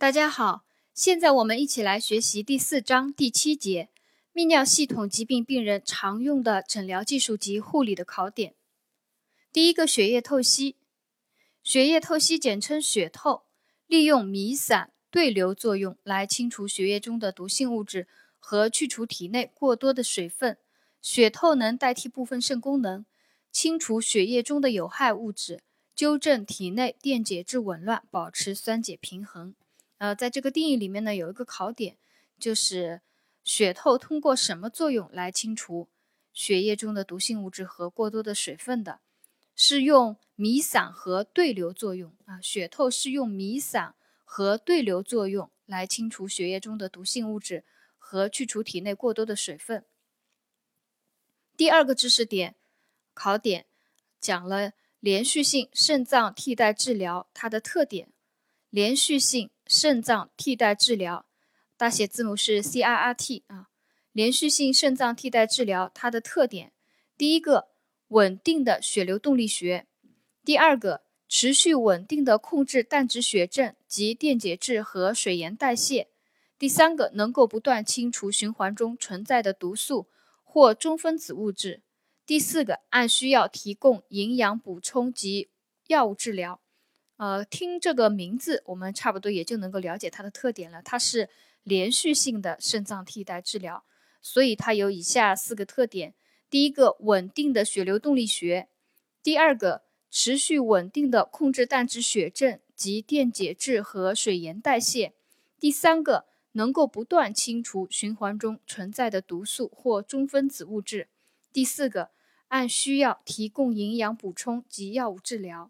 大家好，现在我们一起来学习第4章第7节泌尿系统疾病病人常用的诊疗技术及护理的考点。第一个，血液透析。血液透析简称血透，利用弥散对流作用来清除血液中的毒性物质和去除体内过多的水分。血透能代替部分肾功能，清除血液中的有害物质，纠正体内电解质紊乱，保持酸碱平衡。在这个定义里面呢，有一个考点，就是血透通过什么作用来清除血液中的毒性物质和过多的水分的？是用弥散和对流作用啊。血透是用弥散和对流作用来清除血液中的毒性物质和去除体内过多的水分。第二个知识点考点讲了连续性肾脏替代治疗它的特点。连续性肾脏替代治疗大写字母是 CRRT 啊。连续性肾脏替代治疗它的特点，第一个，稳定的血流动力学；第二个，持续稳定的控制淡质血症及电解质和水盐代谢；第三个，能够不断清除循环中存在的毒素或中分子物质；第四个，按需要提供营养补充及药物治疗。听这个名字，我们差不多也就能够了解它的特点了。它是连续性的肾脏替代治疗，所以它有以下4个特点：第一个，稳定的血流动力学；第二个，持续稳定的控制淡质血症及电解质和水盐代谢；第三个，能够不断清除循环中存在的毒素或中分子物质；第四个，按需要提供营养补充及药物治疗。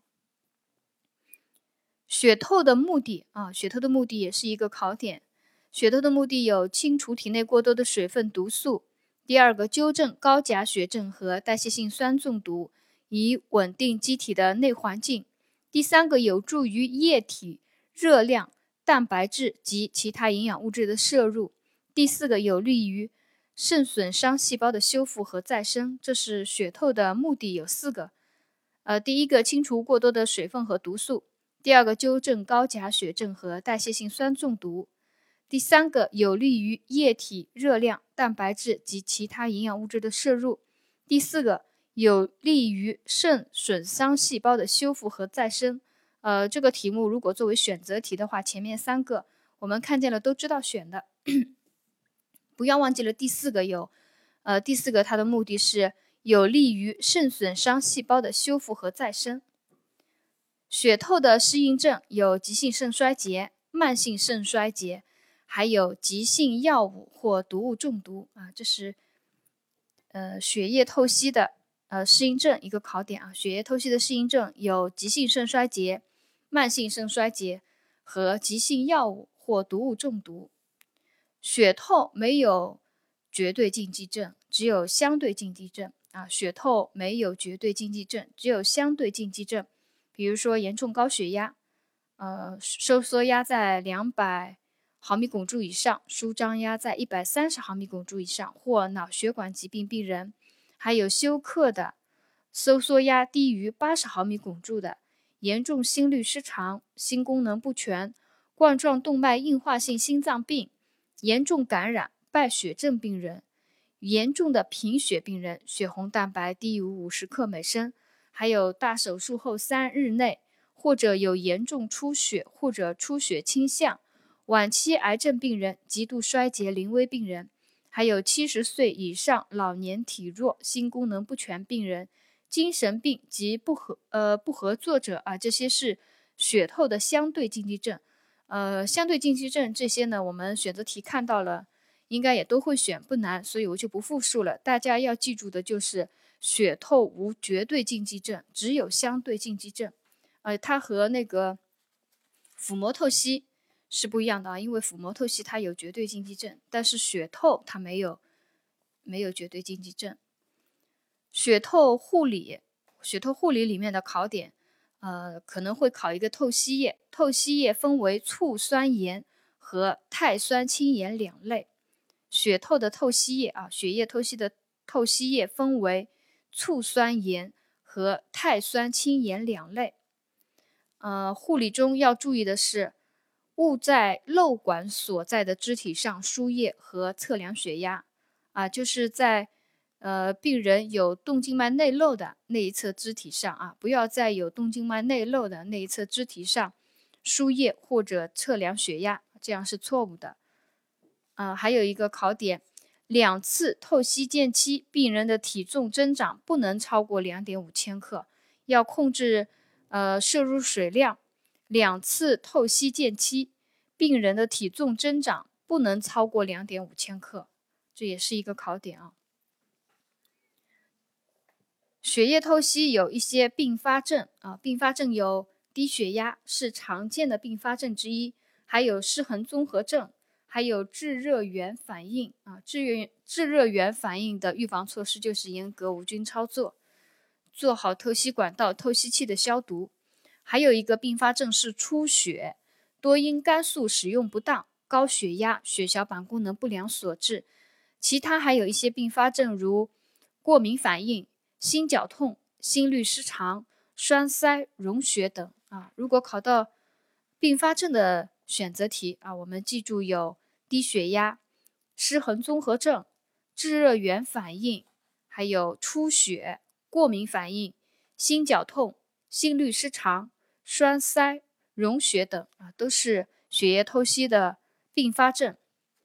血透的目的血透的目的也是一个考点。血透的目的有清除体内过多的水分毒素；第二个，纠正高钾血症和代谢性酸中毒，以稳定机体的内环境；第三个，有助于液体、热量、蛋白质及其他营养物质的摄入；第四个，有利于肾损伤细胞的修复和再生。这是血透的目的有4个。第一个，清除过多的水分和毒素；第二个，纠正高钾血症和代谢性酸中毒；第三个，有利于液体、热量、蛋白质及其他营养物质的摄入；第四个，有利于肾损伤细胞的修复和再生。这个题目如果作为选择题的话，前面3个我们看见了都知道选的，不要忘记了第4个第4个它的目的是有利于肾损伤细胞的修复和再生。血透的适应症有急性肾衰竭、慢性肾衰竭，还有急性药物或毒物中毒这是血液透析的适应症一个考点血液透析的适应症有急性肾衰竭、慢性肾衰竭和急性药物或毒物中毒。血透没有绝对禁忌症，只有相对禁忌症血透没有绝对禁忌症，只有相对禁忌症。比如说严重高血压，收缩压在200毫米汞柱以上，舒张压在130毫米汞柱以上，或脑血管疾病病人，还有休克的，收缩压低于80毫米汞柱的，严重心律失常、心功能不全、冠状动脉硬化性心脏病、严重感染、败血症病人，严重的贫血病人，血红蛋白低于50克每升，还有大手术后3日内或者有严重出血或者出血倾向，晚期癌症病人、极度衰竭临危病人，还有70岁以上老年体弱、心功能不全病人、精神病及不合作者这些是血透的相对禁忌症。相对禁忌症这些呢，我们选择题看到了，应该也都会选，不难，所以我就不复述了。大家要记住的就是血透无绝对禁忌症，只有相对禁忌症。它和那个腹膜透析是不一样的因为腹膜透析它有绝对禁忌症，但是血透它没有绝对禁忌症。血透护理里面的考点，可能会考一个透析液。透析液分为醋酸盐和钛酸氢盐2类。血透的透析液血液透析的透析液分为醋酸盐和钛酸氢盐2类。护理中要注意的是， 勿在瘘管所在的肢体上输液和测量血压就是在病人有动静脉内瘘的那一侧肢体上不要在有动静脉内瘘的那一侧肢体上输液或者测量血压，这样是错误的。还有一个考点，2次透析间期病人的体重增长不能超过 2.5 千克，要控制摄入水量。2次透析间期病人的体重增长不能超过 2.5 千克，这也是一个考点血液透析有一些并发症并发症有低血压是常见的并发症之一，还有失衡综合症，还有致热源反应致热源反应的预防措施就是严格无菌操作，做好透析管道、透析器的消毒。还有一个并发症是出血，多因肝素使用不当、高血压、血小板功能不良所致。其他还有一些并发症如过敏反应、心绞痛、心律失常、栓塞、溶血等如果考到并发症的选择题我们记住有低血压、失衡综合症、致热源反应，还有出血、过敏反应、心绞痛、心律失常、栓塞、溶血等都是血液透析的并发症。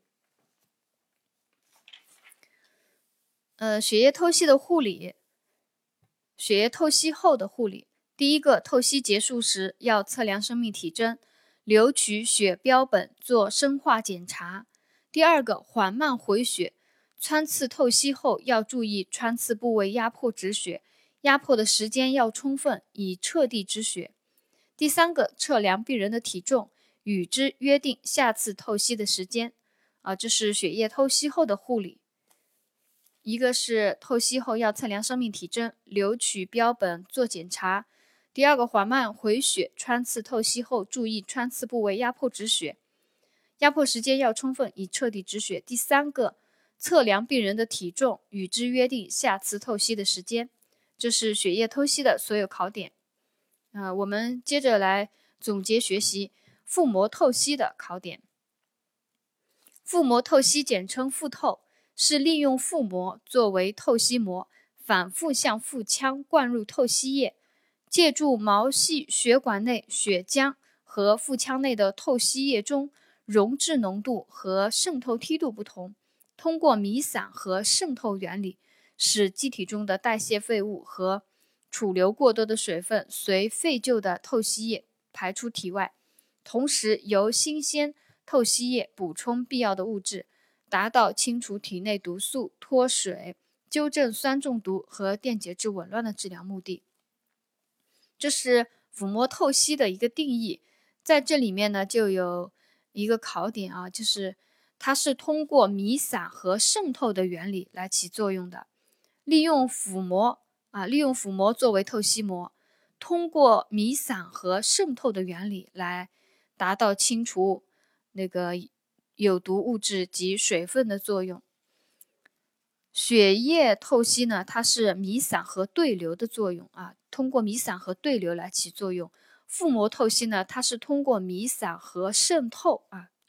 血液透析的护理，血液透析后的护理，第一个，透析结束时要测量生命体征，留取血标本做生化检查。第二个，缓慢回血，穿刺透析后要注意穿刺部位压迫止血，压迫的时间要充分，以彻底止血。第三个，测量病人的体重，与之约定下次透析的时间这是血液透析后的护理。一个是透析后要测量生命体征，留取标本做检查。第二个，缓慢回血，穿刺透析后注意穿刺部位压迫止血，压迫时间要充分，以彻底止血。第三个，测量病人的体重，与之约定下次透析的时间。这是血液透析的所有考点。我们接着来总结学习腹膜透析的考点。腹膜透析简称腹透，是利用腹膜作为透析膜，反复向腹腔灌入透析液，借助毛细血管内血浆和腹腔内的透析液中溶质浓度和渗透梯度不同，通过弥散和渗透原理，使机体中的代谢废物和储留过多的水分随废旧的透析液排出体外，同时由新鲜透析液补充必要的物质，达到清除体内毒素、脱水、纠正酸中毒和电解质紊乱的治疗目的。这是腹膜透析的一个定义，在这里面呢就有一个考点就是它是通过弥散和渗透的原理来起作用的，利用腹膜作为透析膜，通过弥散和渗透的原理来达到清除那个有毒物质及水分的作用。血液透析呢，它是弥散和对流的作用通过弥散和对流来起作用。腹膜透析呢，它是通过弥散和渗透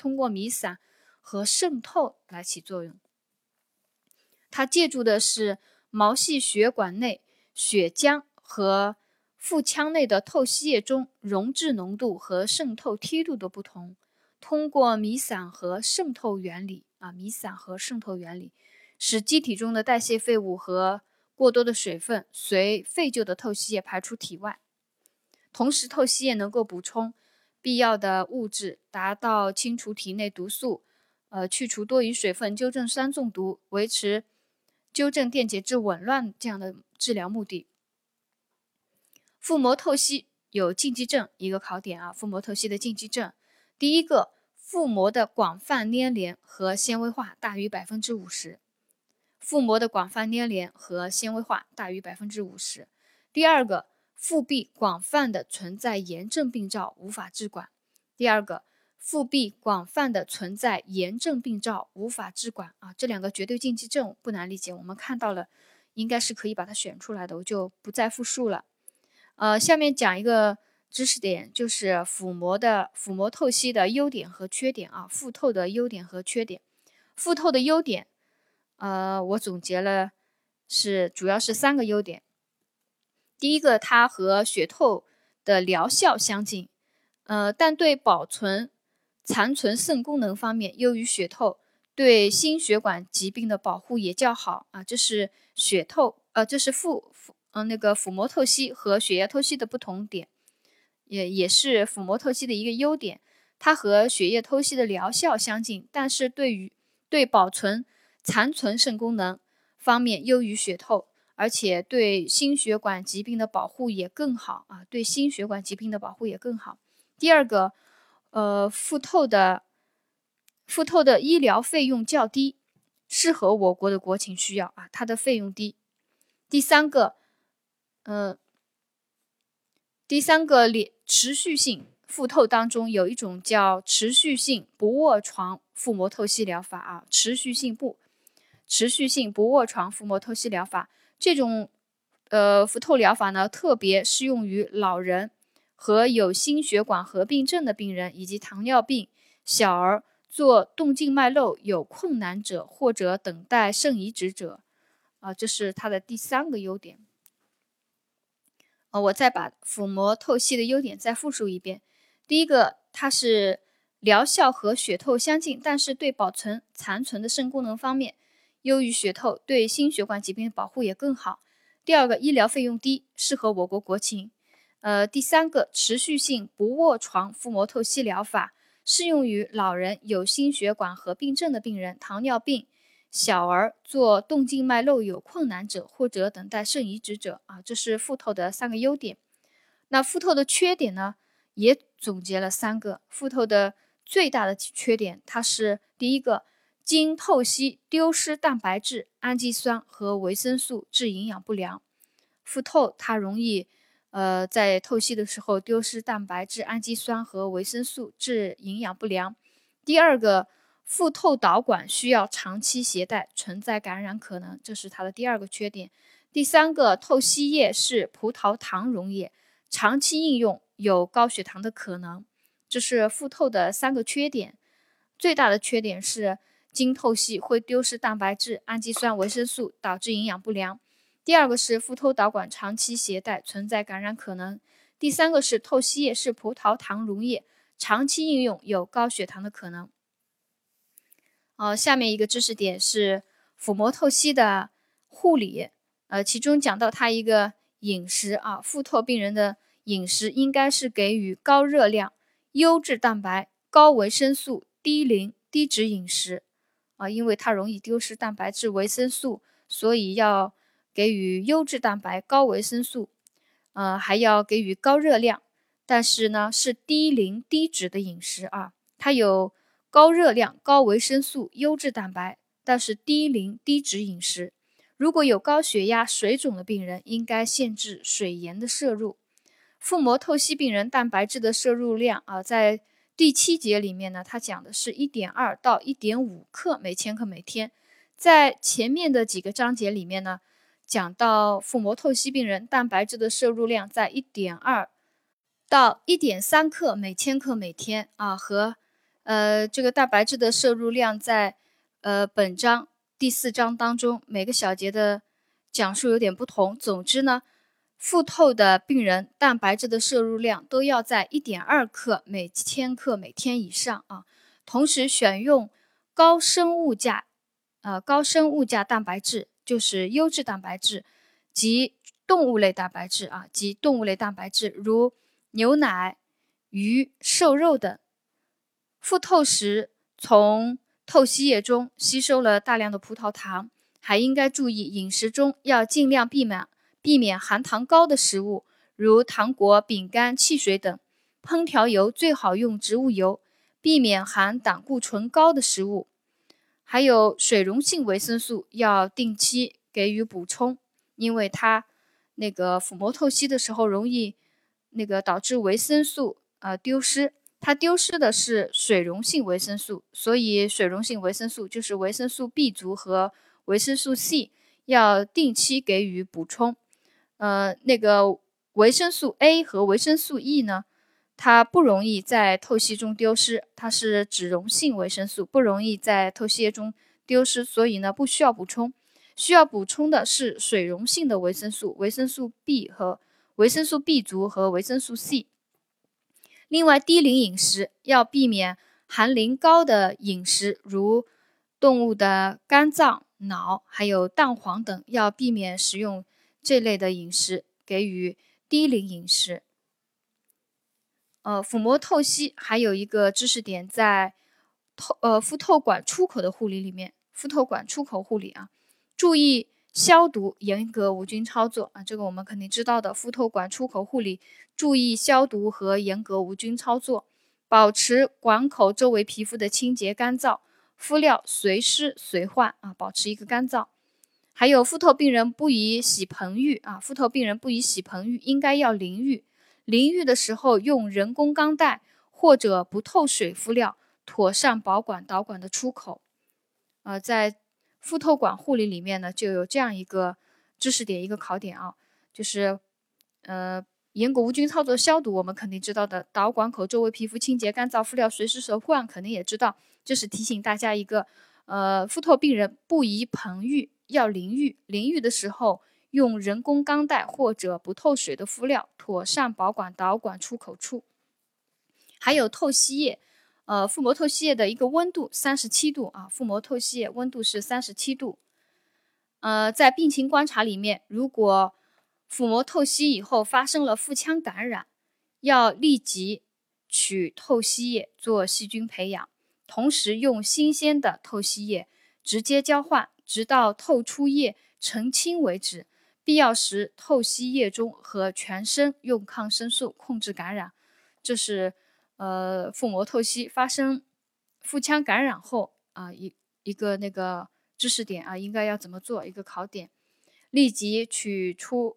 来起作用。它借助的是毛细血管内血浆和腹腔内的透析液中溶质浓度和渗透梯度的不同，通过弥散和渗透原理使机体中的代谢废物和过多的水分随废旧的透析液排出体外，同时透析液能够补充必要的物质，达到清除体内毒素、去除多余水分、纠正酸中毒、纠正电解质紊乱这样的治疗目的。腹膜透析有禁忌症一个考点腹膜透析的禁忌症，第一个，腹膜的广泛粘连和纤维化大于 50%。腹膜的广泛粘连和纤维化大于 50%。第二个，腹壁广泛的存在炎症病灶无法治管。第二个，腹壁广泛的存在炎症病灶无法治管这两个绝对禁忌症不难理解，我们看到了应该是可以把它选出来的，我就不再复述了。下面讲一个知识点就是腹膜透析的优点和缺点啊，腹透的优点和缺点。腹透的优点，我总结了主要是3个优点。第一个，它和血透的疗效相近，但对保存残存肾功能方面优于血透，对心血管疾病的保护也较好啊。这是这是腹膜透析和血液透析的不同点，也是腹膜透析的一个优点。它和血液透析的疗效相近，但是对保存残存肾功能方面优于血透，而且对心血管疾病的保护也更好啊，对心血管疾病的保护也更好。第二个，腹透的医疗费用较低，适合我国的国情需要啊，它的费用低。第三个持续性腹透当中有一种叫持续性不卧床腹膜透析疗法啊，持续性不卧床腹膜透析疗法，这种腹透疗法呢，特别适用于老人和有心血管合并症的病人，以及糖尿病、小儿做动静脉瘘有困难者或者等待肾移植者啊，这是它的第3个优点。我再把腹膜透析的优点再复述一遍。第一个，它是疗效和血透相近，但是对保存残存的肾功能方面优于血透，对心血管疾病的保护也更好。第二个，医疗费用低，适合我国国情。第三个，持续性不卧床腹膜透析疗法适用于老人、有心血管合并症的病人、糖尿病、小儿做动静脉瘘有困难者或者等待肾移植者啊，这是腹透的3个优点。那腹透的缺点呢，也总结了3个。腹透的最大的缺点，它是第一个，经透析丢失蛋白质、氨基酸和维生素，致营养不良。腹透它容易在透析的时候丢失蛋白质、氨基酸和维生素，致营养不良。第二个，腹透导管需要长期携带，存在感染可能，这是它的第2个缺点。第三个，透析液是葡萄糖溶液，长期应用有高血糖的可能，这是腹透的3个缺点。最大的缺点是经透析会丢失蛋白质、氨基酸、维生素，导致营养不良。第2个是腹透导管长期携带，存在感染可能。第3个是透析液是葡萄糖溶液，长期应用有高血糖的可能。下面一个知识点是腹膜透析的护理，其中讲到它一个饮食啊，腹透病人的饮食应该是给予高热量、优质蛋白、高维生素、低磷、低脂饮食啊，因为它容易丢失蛋白质、维生素，所以要给予优质蛋白、高维生素，还要给予高热量，但是呢是低磷、低脂的饮食啊，它有高热量、高维生素、优质蛋白，但是低磷、低脂饮食。如果有高血压、水肿的病人，应该限制水盐的摄入。腹膜透析病人蛋白质的摄入量啊，在第7节里面呢，它讲的是 1.2 到 1.5 克每千克每天。在前面的几个章节里面呢，讲到腹膜透析病人蛋白质的摄入量在 1.2 到 1.3 克每千克每天啊，和这个蛋白质的摄入量在本章第4章当中每个小节的讲述有点不同。总之呢，腹透的病人蛋白质的摄入量都要在 1.2 克每千克每天以上啊。同时选用高生物价蛋白质，就是优质蛋白质及动物类蛋白质啊，如牛奶、鱼、瘦肉等。腹透时从透析液中吸收了大量的葡萄糖，还应该注意饮食中要尽量避免含糖高的食物，如糖果、饼干、汽水等。烹调油最好用植物油，避免含胆固醇高的食物。还有水溶性维生素要定期给予补充，因为它腹膜透析的时候容易导致维生素丢失。它丢失的是水溶性维生素，所以水溶性维生素就是维生素 B 族和维生素 C， 要定期给予补充。 维生素 A 和维生素 E 呢，它不容易在透析中丢失，它是脂溶性维生素，不容易在透析液中丢失，所以呢不需要补充。需要补充的是水溶性的维生素，维生素 B 和维生素 B 族和维生素 C。另外，低磷饮食要避免含磷高的饮食，如动物的肝脏、脑还有蛋黄等，要避免食用这类的饮食，给予低磷饮食。腹膜透析还有一个知识点在腹透管出口的护理里面，腹透管出口护理啊，注意消毒，严格无菌操作啊，这个我们肯定知道的。腹透管出口护理，注意消毒和严格无菌操作，保持管口周围皮肤的清洁干燥，敷料随湿随换啊，保持一个干燥。还有腹透病人不宜洗盆浴啊，腹透病人不宜洗盆浴，应该要淋浴。淋浴的时候用人工钢带或者不透水敷料，妥善保管导管的出口。在腹透管护理里面呢，就有这样一个知识点，一个考点啊，就是严格无菌操作消毒，我们肯定知道的。导管口周围皮肤清洁干燥，敷料随时随换，肯定也知道。这是提醒大家一个，腹透病人不宜盆浴，要淋浴。淋浴的时候用人工钢带或者不透水的敷料，妥善保管导管出口处。还有透析液，腹膜透析液的一个温度37度啊，腹膜透析液温度是37度。在病情观察里面，如果腹膜透析以后发生了腹腔感染，要立即取透析液做细菌培养，同时用新鲜的透析液直接交换，直到透出液澄清为止。必要时，透析液中和全身用抗生素控制感染。这是腹膜透析发生腹腔感染后啊一个那个知识点啊，应该要怎么做一个考点。立即取出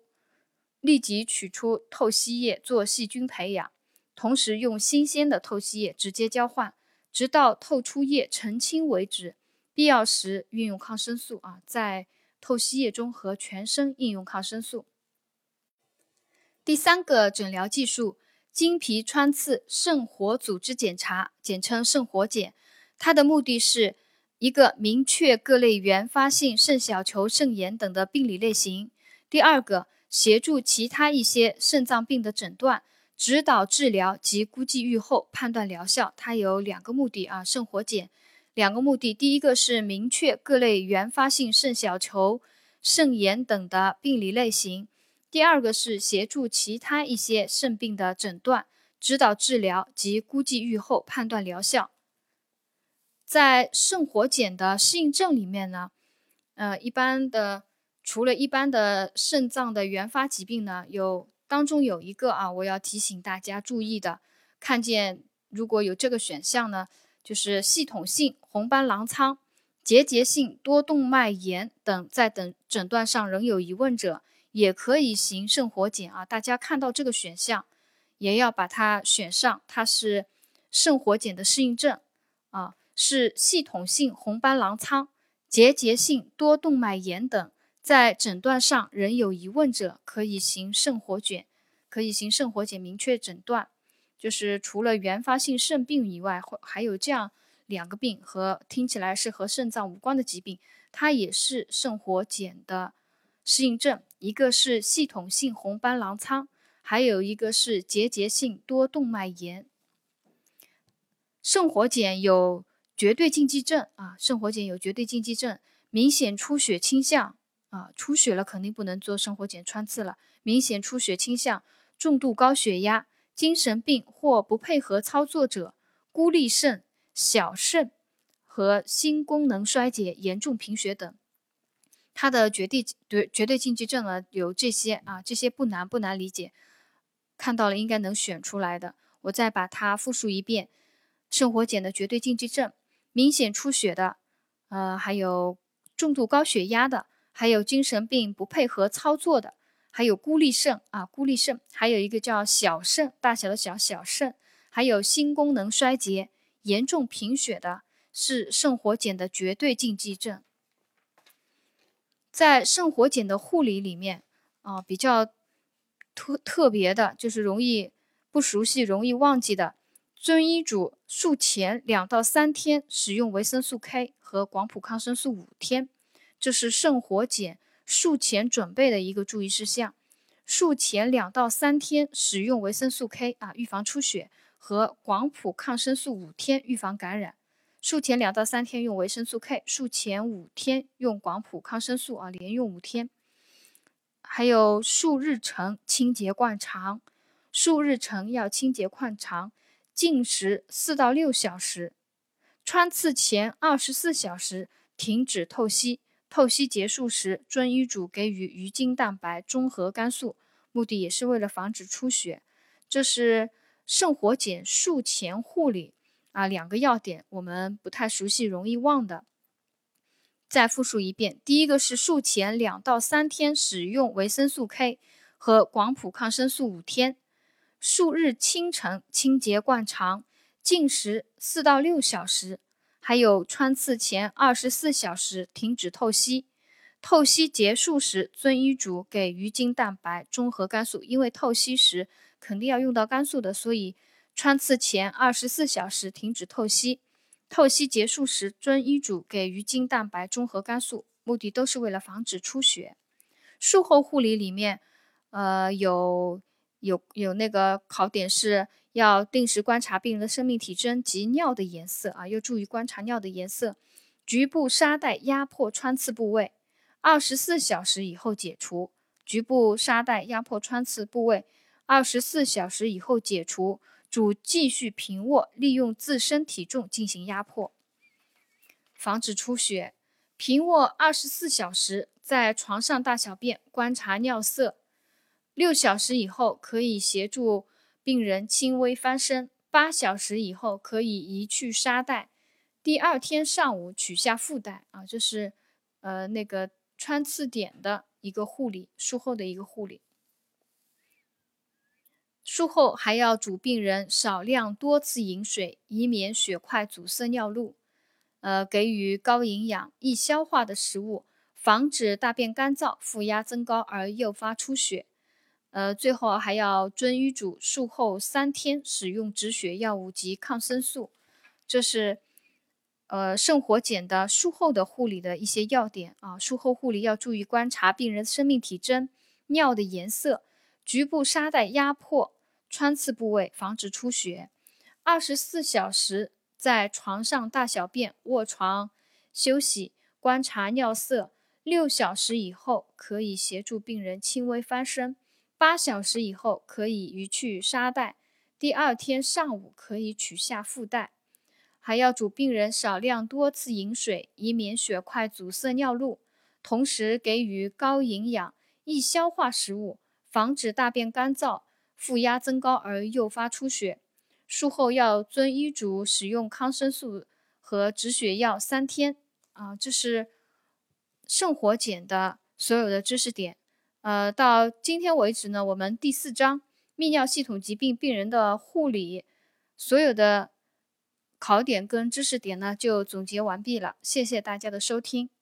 透析液做细菌培养，同时用新鲜的透析液直接交换，直到透出液澄清为止。必要时运用抗生素啊，在透析液中和全身应用抗生素。第三个诊疗技术，经皮穿刺肾活组织检查，简称肾活检。它的目的是一个明确各类原发性肾小球肾炎等的病理类型。第二个，协助其他一些肾脏病的诊断，指导治疗及估计预后，判断疗效。它有两个目的啊，肾活检两个目的，第一个是明确各类原发性肾小球肾炎等的病理类型，第二个是协助其他一些肾病的诊断，指导治疗及估计预后，判断疗效。在肾活检的适应症里面呢，除了一般的肾脏的原发疾病呢，当中有一个啊，我要提醒大家注意的，看见如果有这个选项呢，就是系统性红斑狼疮、结节性多动脉炎等，在诊断上仍有疑问者，也可以行肾活检啊。大家看到这个选项，也要把它选上，它是肾活检的适应症啊，是系统性红斑狼疮、结节性多动脉炎等，在诊断上仍有疑问者，可以行肾活检，明确诊断。就是除了原发性肾病以外，还有这样两个病听起来是和肾脏无关的疾病，它也是肾活检的适应症。一个是系统性红斑狼疮，还有一个是结节性多动脉炎。肾活检有绝对禁忌症啊，明显出血倾向啊，出血了肯定不能做肾活检穿刺了。明显出血倾向、重度高血压、精神病或不配合操作者、孤立肾、小肾和心功能衰竭、严重贫血等。它的绝对禁忌症呢有这些啊，这些不难理解，看到了应该能选出来的。我再把它复述一遍：肾活检的绝对禁忌症，明显出血的，还有重度高血压的，还有精神病不配合操作的，还有孤立肾，还有一个叫小肾，大小的小肾，还有心功能衰竭、严重贫血的，是肾活检的绝对禁忌症。在肾活检的护理里面比较特别的，就是容易不熟悉、容易忘记的，遵医嘱术前2到3天使用维生素 K 和广谱抗生素5天，这是肾活检术前准备的一个注意事项。术前2到3天使用维生素 K 预防出血，和广谱抗生素5天预防感染。术前2到3天用维生素 K， 术前5天用广谱抗生素连用5天。还有数日程清洁灌肠，数日程要清洁灌肠，禁食4到6小时，穿刺前24小时停止透析，透析结束时遵医嘱给予鱼精蛋白中和肝素，目的也是为了防止出血。这是肾活检术前护理2个要点，我们不太熟悉，容易忘的。再复述一遍，第一个是术前2到3天使用维生素 K 和广谱抗生素5天，数日清晨清洁灌肠，禁食4到6小时，还有穿刺前24小时停止透析，透析结束时遵医嘱给鱼精蛋白中和肝素，因为透析时肯定要用到肝素的，所以穿刺前24小时停止透析，透析结束时遵医嘱给鱼精蛋白中和肝素，目的都是为了防止出血。术后护理里面有那个考点是要定时观察病人的生命体征及尿的颜色要注意观察尿的颜色，局部沙袋压迫穿刺部位，24小时以后解除，局部沙袋压迫穿刺部位24小时以后解除，主继续平卧，利用自身体重进行压迫，防止出血。平卧24小时，在床上大小便，观察尿色。6小时以后可以协助病人轻微翻身，8小时以后可以移去沙袋。第2天上午取下腹带这是那个穿刺点的一个护理，术后的一个护理。术后还要嘱病人少量多次饮水，以免血块阻塞尿路。给予高营养、易消化的食物，防止大便干燥、腹压增高而诱发出血。最后还要遵医嘱，术后3天使用止血药物及抗生素。这是肾活检的术后的护理的一些要点术后护理要注意观察病人生命体征、尿的颜色、局部沙袋压迫穿刺部位，防止出血。24小时在床上大小便，卧床休息，观察尿色。6小时以后可以协助病人轻微翻身，8小时以后可以移去沙袋。第2天上午可以取下腹带。还要嘱病人少量多次饮水，以免血块阻塞尿路，同时给予高营养、易消化食物，防止大便干燥、腹压增高而诱发出血。术后要遵医嘱使用抗生素和止血药3天这是肾活检的所有的知识点。到今天为止呢，我们第4章泌尿系统疾病病人的护理所有的考点跟知识点呢就总结完毕了，谢谢大家的收听。